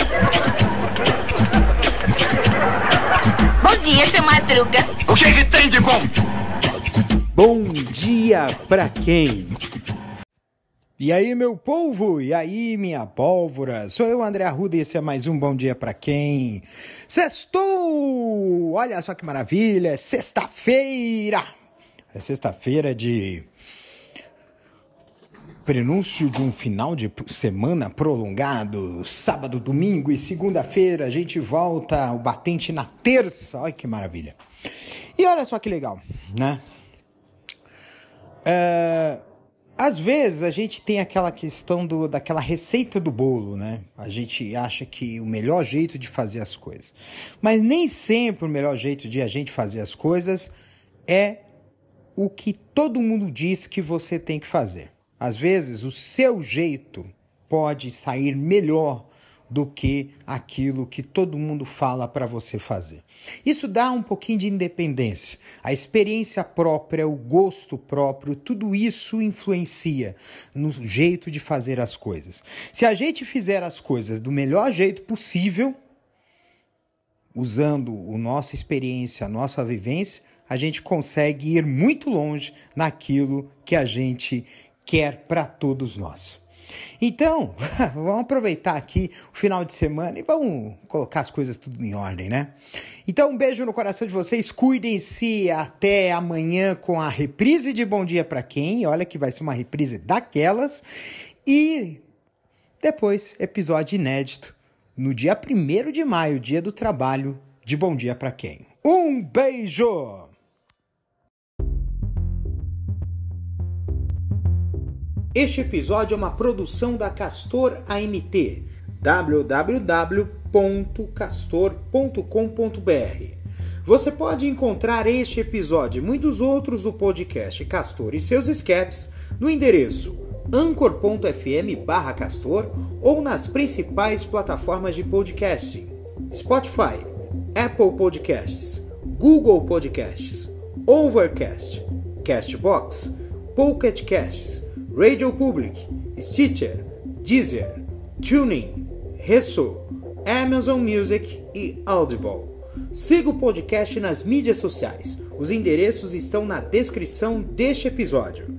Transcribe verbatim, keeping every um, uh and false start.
Bom dia, seu Madruga. O que é que tem de bom? Bom dia pra quem? E aí, meu povo? E aí, minha pólvora? Sou eu, André Arruda, e esse é mais um Bom Dia Pra Quem? Sextou! Olha só que maravilha! É sexta-feira! É sexta-feira de prenúncio de um final de semana prolongado. Sábado, domingo e segunda-feira a gente volta o batente na terça. Olha que maravilha! E olha só que legal, né? É... Às vezes a gente tem aquela questão do, daquela receita do bolo, né? A gente acha que o melhor jeito de fazer as coisas. Mas nem sempre o melhor jeito de a gente fazer as coisas é o que todo mundo diz que você tem que fazer. Às vezes o seu jeito pode sair melhor do que aquilo que todo mundo fala para você fazer. Isso dá um pouquinho de independência. A experiência própria, o gosto próprio, tudo isso influencia no jeito de fazer as coisas. Se a gente fizer as coisas do melhor jeito possível, usando a nossa experiência, a nossa vivência, a gente consegue ir muito longe naquilo que a gente quer para todos nós. Então, vamos aproveitar aqui o final de semana e vamos colocar as coisas tudo em ordem, né? Então, um beijo no coração de vocês, cuidem-se, até amanhã com a reprise de Bom Dia Pra Quem, olha que vai ser uma reprise daquelas, e depois episódio inédito no dia primeiro de maio, dia do trabalho de Bom Dia Pra Quem. Um beijo! Este episódio é uma produção da Castor A M T, w w w ponto castor ponto com ponto b r. Você pode encontrar este episódio e muitos outros do podcast Castor e seus escapes no endereço anchor ponto f m barra castor ou nas principais plataformas de podcasting: Spotify, Apple Podcasts, Google Podcasts, Overcast, Castbox, Pocket Casts, Radio Public, Stitcher, Deezer, TuneIn, Resso, Amazon Music e Audible. Siga o podcast nas mídias sociais. Os endereços estão na descrição deste episódio.